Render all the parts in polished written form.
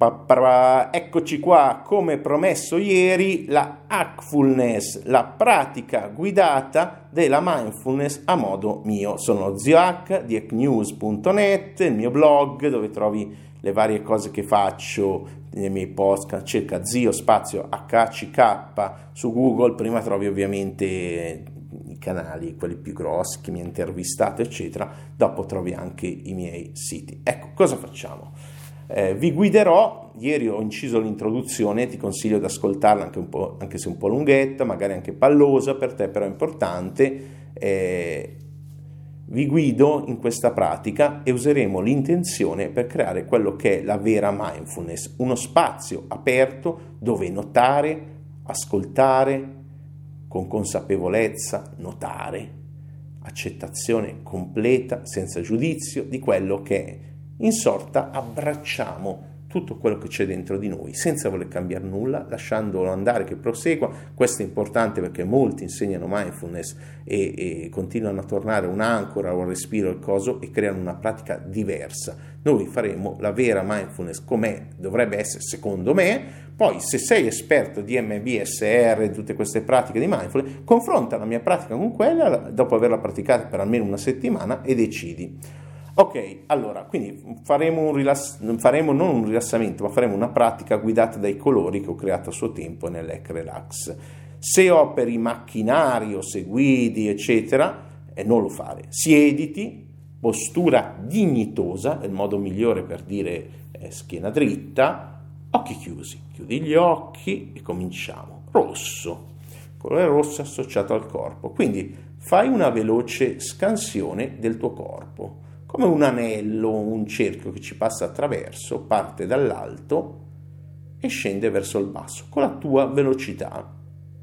Eccoci qua, come promesso ieri, la Hackfulness, la pratica guidata della mindfulness a modo mio. Sono Zio Hack di hacknews.net, il mio blog dove trovi le varie cose che faccio nei miei podcast. Cerca Zio spazio HCK su Google, prima trovi ovviamente i canali, quelli più grossi che mi hanno intervistato eccetera, dopo trovi anche i miei siti. Ecco, cosa facciamo? Vi guiderò, ieri ho inciso l'introduzione, ti consiglio di ascoltarla anche se un po' lunghetta, magari anche pallosa per te, però è importante. Vi guido in questa pratica e useremo l'intenzione per creare quello che è la vera mindfulness, uno spazio aperto dove notare, ascoltare, con consapevolezza, notare, accettazione completa, senza giudizio di quello che è. In sorta abbracciamo tutto quello che c'è dentro di noi senza voler cambiare nulla, lasciandolo andare che prosegua. Questo è importante perché molti insegnano mindfulness e continuano a tornare un'ancora o un respiro il coso e creano una pratica diversa. Noi faremo la vera mindfulness come dovrebbe essere secondo me. Poi se sei esperto di MBSR, di tutte queste pratiche di mindfulness, confronta la mia pratica con quella dopo averla praticata per almeno una settimana e decidi. Ok, allora, quindi faremo non un rilassamento, ma faremo una pratica guidata dai colori che ho creato a suo tempo nell'Hack Relax. Se operi macchinario, se guidi, eccetera, non lo fare. Siediti, postura dignitosa, è il modo migliore per dire schiena dritta, occhi chiusi. Chiudi gli occhi e cominciamo. Rosso, colore rosso associato al corpo. Quindi fai una veloce scansione del tuo corpo. Come un anello, un cerchio che ci passa attraverso, parte dall'alto e scende verso il basso, con la tua velocità.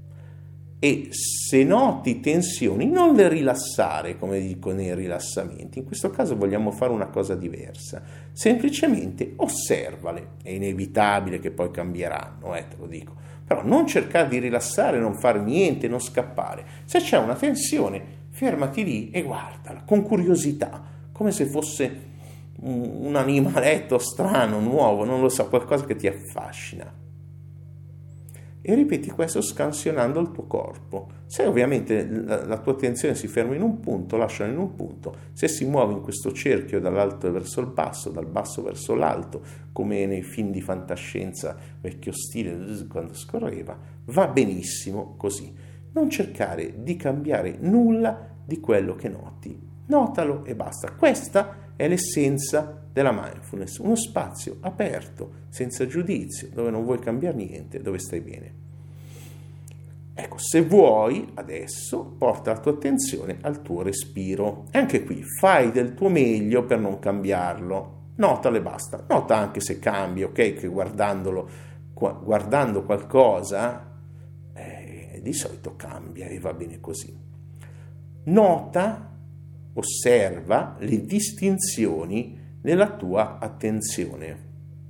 E se noti tensioni, non le rilassare, come dico nei rilassamenti. In questo caso vogliamo fare una cosa diversa. Semplicemente osservale. È inevitabile che poi cambieranno, te lo dico. Però non cercare di rilassare, non fare niente, non scappare. Se c'è una tensione, fermati lì e guardala, con curiosità. Come se fosse un animaletto strano, nuovo, non lo so, qualcosa che ti affascina. E ripeti questo scansionando il tuo corpo. Se ovviamente la tua attenzione si ferma in un punto, lasciala in un punto. Se si muove in questo cerchio dall'alto verso il basso, dal basso verso l'alto, come nei film di fantascienza vecchio stile quando scorreva, va benissimo così. Non cercare di cambiare nulla di quello che noti. Notalo e basta. Questa è l'essenza della mindfulness, uno spazio aperto, senza giudizio, dove non vuoi cambiare niente, dove stai bene. Ecco, se vuoi, adesso porta la tua attenzione al tuo respiro. E anche qui, fai del tuo meglio per non cambiarlo. Notalo e basta. Nota anche se cambi, ok? Che guardando qualcosa, di solito cambia e va bene così. Nota, osserva le distinzioni nella tua attenzione.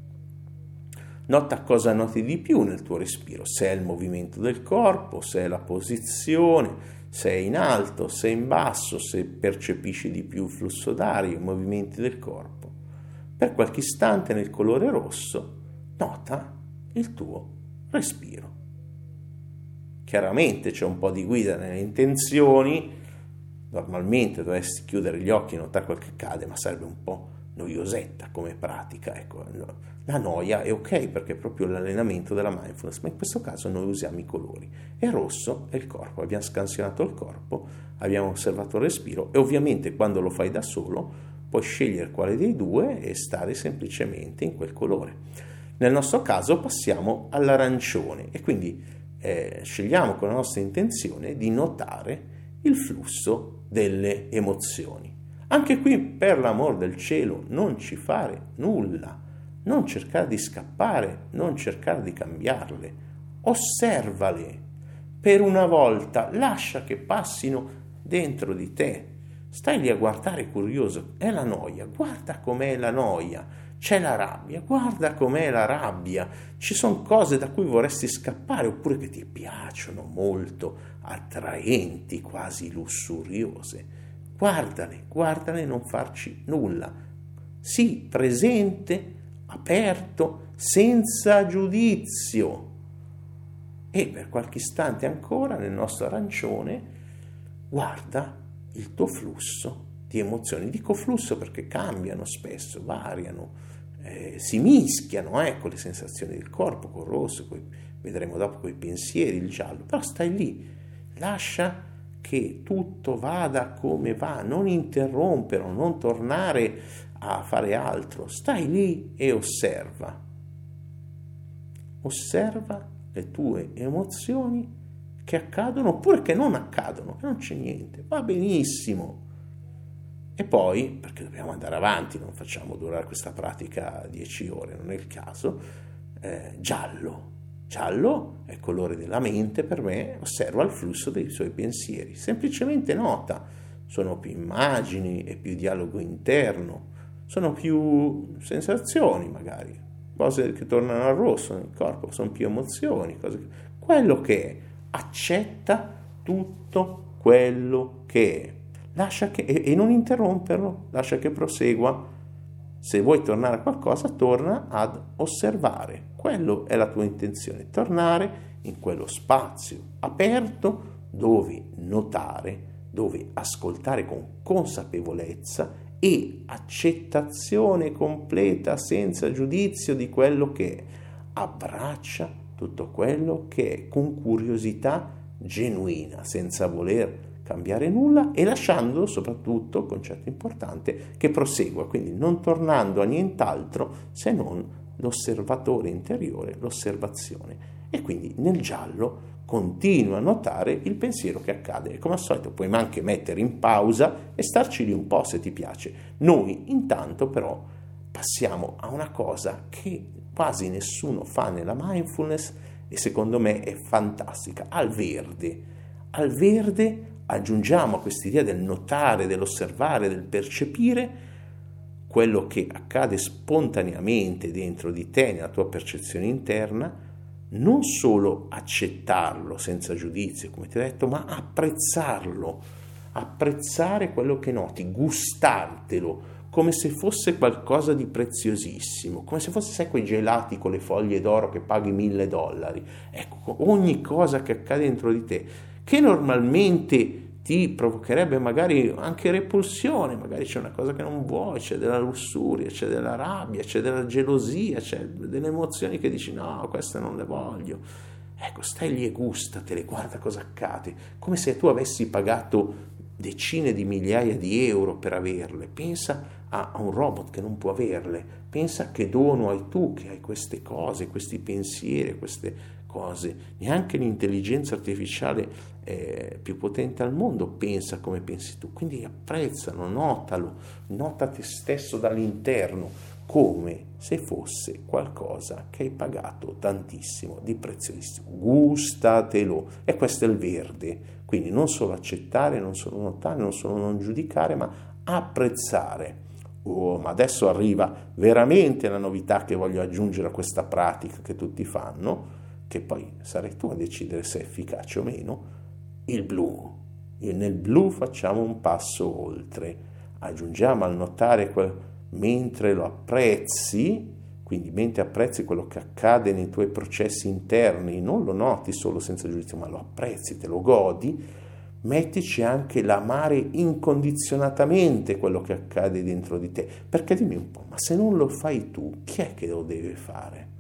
Nota cosa noti di più nel tuo respiro, se è il movimento del corpo, se è la posizione, se è in alto, se è in basso, se percepisci di più il flusso d'aria, i movimenti del corpo. Per qualche istante nel colore rosso nota il tuo respiro. Chiaramente c'è un po' di guida nelle intenzioni. Normalmente dovresti chiudere gli occhi e notare quel che accade, ma sarebbe un po' noiosetta come pratica. Ecco, la noia è ok perché è proprio l'allenamento della mindfulness, ma in questo caso noi usiamo i colori. E il rosso è il corpo, abbiamo scansionato il corpo, abbiamo osservato il respiro e ovviamente quando lo fai da solo puoi scegliere quale dei due e stare semplicemente in quel colore. Nel nostro caso passiamo all'arancione e quindi scegliamo con la nostra intenzione di notare il flusso delle emozioni. Anche qui, per l'amor del cielo, non ci fare nulla, non cercare di scappare, non cercare di cambiarle, osservale. Per una volta lascia che passino dentro di te. Stai lì a guardare curioso, è la noia, guarda com'è la noia. C'è la rabbia, guarda com'è la rabbia. Ci sono cose da cui vorresti scappare oppure che ti piacciono molto, attraenti, quasi lussuriose. Guardale, non farci nulla. Sii presente, aperto, senza giudizio. E per qualche istante ancora nel nostro arancione guarda il tuo flusso di emozioni. Dico flusso perché cambiano spesso, variano, si mischiano con le sensazioni del corpo, col rosso, vedremo dopo coi pensieri, il giallo, però stai lì, lascia che tutto vada come va, non interromperlo, non tornare a fare altro, stai lì e osserva le tue emozioni che accadono oppure che non accadono, che non c'è niente, va benissimo. E poi, perché dobbiamo andare avanti, non facciamo durare questa pratica 10 ore, non è il caso, giallo è colore della mente per me, osserva il flusso dei suoi pensieri, semplicemente nota, sono più immagini, è più dialogo interno, sono più sensazioni magari, cose che tornano al rosso nel corpo, sono più emozioni, quello che è, accetta tutto quello che è. Lascia che, e non interromperlo, lascia che prosegua. Se vuoi tornare a qualcosa, torna ad osservare. Quello è la tua intenzione, tornare in quello spazio aperto dove notare, dove ascoltare con consapevolezza e accettazione completa, senza giudizio di quello che è. Abbraccia tutto quello che è con curiosità genuina, senza voler cambiare nulla e lasciando soprattutto, concetto importante, che prosegua, quindi non tornando a nient'altro se non l'osservatore interiore, l'osservazione. E quindi nel giallo continua a notare il pensiero che accade e come al solito puoi anche mettere in pausa e starci lì un po' se ti piace. Noi intanto però passiamo a una cosa che quasi nessuno fa nella mindfulness e secondo me è fantastica, al verde. Al verde aggiungiamo a quest'idea del notare, dell'osservare, del percepire quello che accade spontaneamente dentro di te, nella tua percezione interna, non solo accettarlo senza giudizio, come ti ho detto, ma apprezzarlo, apprezzare quello che noti, gustartelo, come se fosse qualcosa di preziosissimo, come se fosse, sai, quei gelati con le foglie d'oro che paghi $1.000. Ecco, ogni cosa che accade dentro di te, che normalmente ti provocherebbe magari anche repulsione, magari c'è una cosa che non vuoi, c'è della lussuria, c'è della rabbia, c'è della gelosia, c'è delle emozioni che dici no, queste non le voglio. Ecco, stai lì e gustatele, guarda cosa accade, come se tu avessi pagato decine di migliaia di euro per averle. Pensa a un robot che non può averle, pensa che dono hai tu che hai queste cose, questi pensieri, queste cose. Neanche l'intelligenza artificiale più potente al mondo pensa come pensi tu, quindi apprezzalo, notalo, nota te stesso dall'interno come se fosse qualcosa che hai pagato tantissimo, di preziosissimo, gustatelo. E questo è il verde, quindi non solo accettare, non solo notare, non solo non giudicare, ma apprezzare. Oh, ma adesso arriva veramente la novità che voglio aggiungere a questa pratica che tutti fanno, che poi sarai tu a decidere se è efficace o meno, il blu. E nel blu facciamo un passo oltre, aggiungiamo al notare mentre lo apprezzi, quindi mentre apprezzi quello che accade nei tuoi processi interni, non lo noti solo senza giudizio, ma lo apprezzi, te lo godi, mettici anche l'amare incondizionatamente quello che accade dentro di te. Perché dimmi un po', ma se non lo fai tu, chi è che lo deve fare?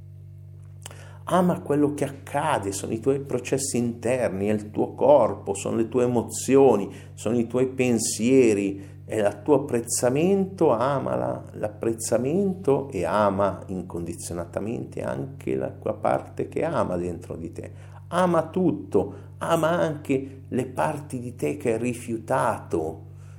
Ama quello che accade, sono i tuoi processi interni, è il tuo corpo, sono le tue emozioni, sono i tuoi pensieri, è il tuo apprezzamento, ama l'apprezzamento e ama incondizionatamente anche la tua parte che ama dentro di te. Ama tutto, ama anche le parti di te che hai rifiutato,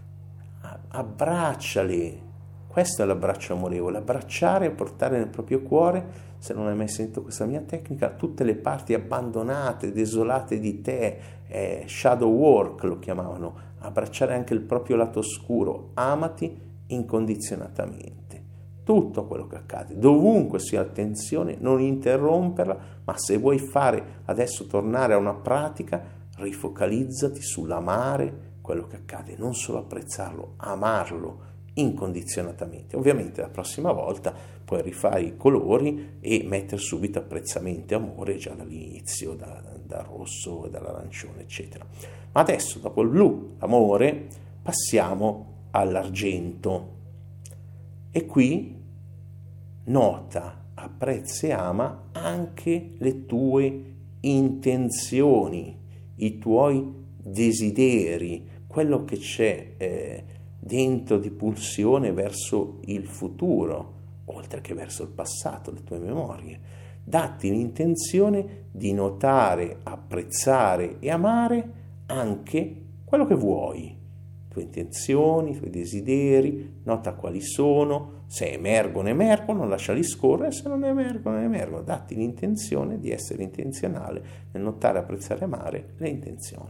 abbracciale. Questo è l'abbraccio amorevole, abbracciare e portare nel proprio cuore, se non hai mai sentito questa mia tecnica, tutte le parti abbandonate, desolate di te, shadow work lo chiamavano, abbracciare anche il proprio lato oscuro, amati incondizionatamente. Tutto quello che accade, dovunque sia attenzione, non interromperla, ma se vuoi fare adesso tornare a una pratica, rifocalizzati sull'amare quello che accade, non solo apprezzarlo, amarlo incondizionatamente. Ovviamente la prossima volta puoi rifare i colori e mettere subito apprezzamento e amore già dall'inizio, dal rosso, dall'arancione, eccetera. Ma adesso, dopo il blu, l'amore, passiamo all'argento. E qui nota, apprezza e ama anche le tue intenzioni, i tuoi desideri, quello che c'è dentro di pulsione verso il futuro, oltre che verso il passato, le tue memorie. Datti l'intenzione di notare, apprezzare e amare anche quello che vuoi, le tue intenzioni, i tuoi desideri, nota quali sono, se emergono, lasciali scorrere, se non emergono, datti l'intenzione di essere intenzionale nel notare, apprezzare e amare le intenzioni.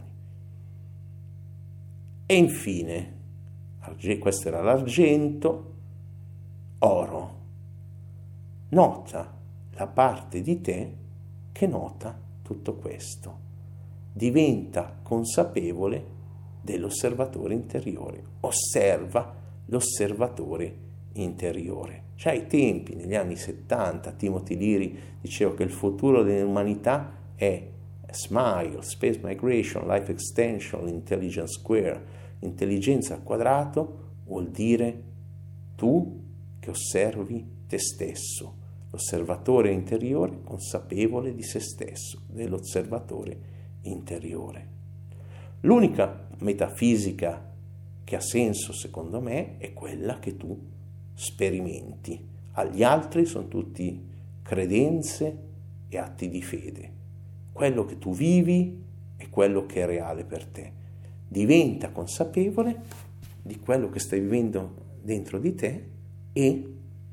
E infine, questo era l'argento, oro. Nota la parte di te che nota tutto questo. Diventa consapevole dell'osservatore interiore. Osserva l'osservatore interiore. Già ai tempi, negli anni 70, Timothy Leary diceva che il futuro dell'umanità è SMILE, Space Migration, Life Extension, Intelligence Square. Intelligenza al quadrato vuol dire tu che osservi te stesso, l'osservatore interiore consapevole di se stesso, dell'osservatore interiore. L'unica metafisica che ha senso secondo me è quella che tu sperimenti. Agli altri sono tutti credenze e atti di fede. Quello che tu vivi è quello che è reale per te. Diventa consapevole di quello che stai vivendo dentro di te e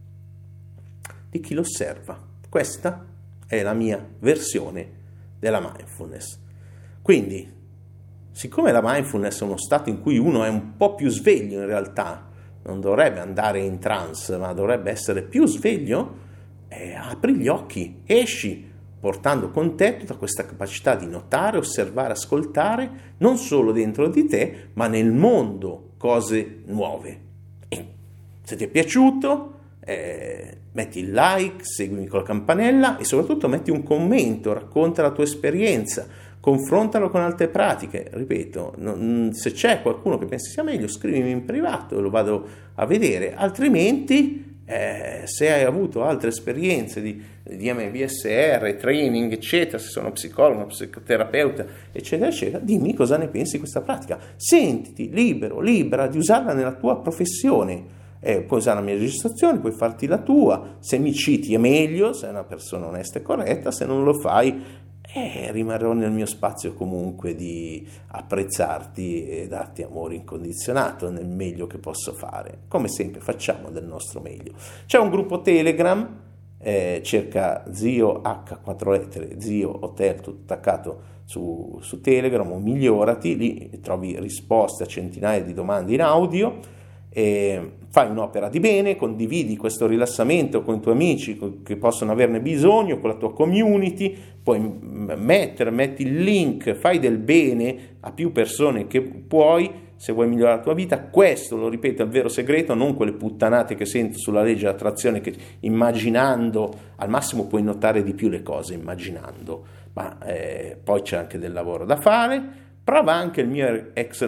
di chi lo osserva. Questa è la mia versione della mindfulness. Quindi, siccome la mindfulness è uno stato in cui uno è un po' più sveglio in realtà, non dovrebbe andare in trance, ma dovrebbe essere più sveglio, apri gli occhi, esci, portando con te tutta questa capacità di notare, osservare, ascoltare, non solo dentro di te, ma nel mondo, cose nuove. E se ti è piaciuto, metti il like, seguimi con la campanella e soprattutto metti un commento, racconta la tua esperienza, confrontalo con altre pratiche. Ripeto, se c'è qualcuno che pensi sia meglio, scrivimi in privato e lo vado a vedere, altrimenti se hai avuto altre esperienze di MBSR, training, eccetera, se sono psicologo, psicoterapeuta, eccetera, eccetera, dimmi cosa ne pensi di questa pratica. Sentiti libera di usarla nella tua professione. Puoi usare la mia registrazione, puoi farti la tua, se mi citi è meglio, sei una persona onesta e corretta, se non lo fai rimarrò nel mio spazio comunque di apprezzarti e darti amore incondizionato nel meglio che posso fare. Come sempre facciamo del nostro meglio. C'è un gruppo Telegram, cerca Zio H4 lettere, Zio Hotel tutto attaccato su Telegram o Migliorati, lì trovi risposte a centinaia di domande in audio. Fai un'opera di bene, condividi questo rilassamento con i tuoi amici che possono averne bisogno, con la tua community, puoi metti il link, fai del bene a più persone che puoi se vuoi migliorare la tua vita. Questo, lo ripeto, è il vero segreto, non quelle puttanate che sento sulla legge dell'attrazione che immaginando, al massimo puoi notare di più le cose immaginando, ma poi c'è anche del lavoro da fare. Prova anche il mio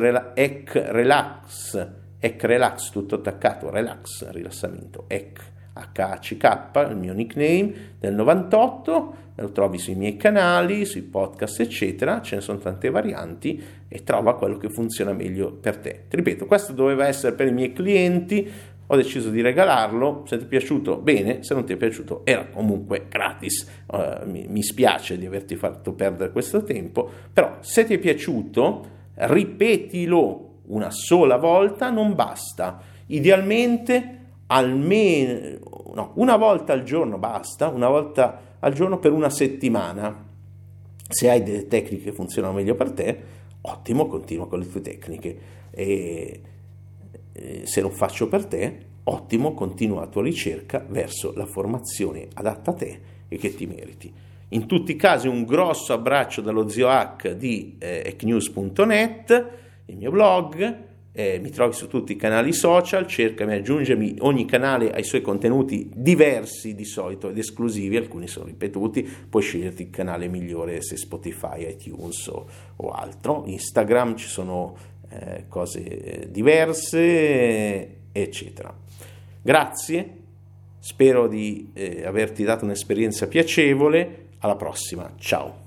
Ec Relax, tutto attaccato, relax, rilassamento, HACK, il mio nickname del 98, lo trovi sui miei canali, sui podcast, eccetera, ce ne sono tante varianti e trova quello che funziona meglio per te. Ti ripeto, questo doveva essere per i miei clienti, ho deciso di regalarlo, se ti è piaciuto bene, se non ti è piaciuto era comunque gratis, mi spiace di averti fatto perdere questo tempo, però se ti è piaciuto ripetilo una sola volta, non basta, idealmente almeno una volta al giorno basta, una volta al giorno per una settimana. Se hai delle tecniche che funzionano meglio per te, ottimo, continua con le tue tecniche, e se lo faccio per te, ottimo, continua la tua ricerca verso la formazione adatta a te e che ti meriti. In tutti i casi un grosso abbraccio dallo Zio H di ecnews.net, il mio blog, mi trovi su tutti i canali social, cercami, aggiungermi, ogni canale ha i suoi contenuti diversi di solito ed esclusivi, alcuni sono ripetuti, puoi sceglierti il canale migliore se Spotify, iTunes o altro. Instagram ci sono cose diverse, eccetera. Grazie, spero di averti dato un'esperienza piacevole, alla prossima, ciao!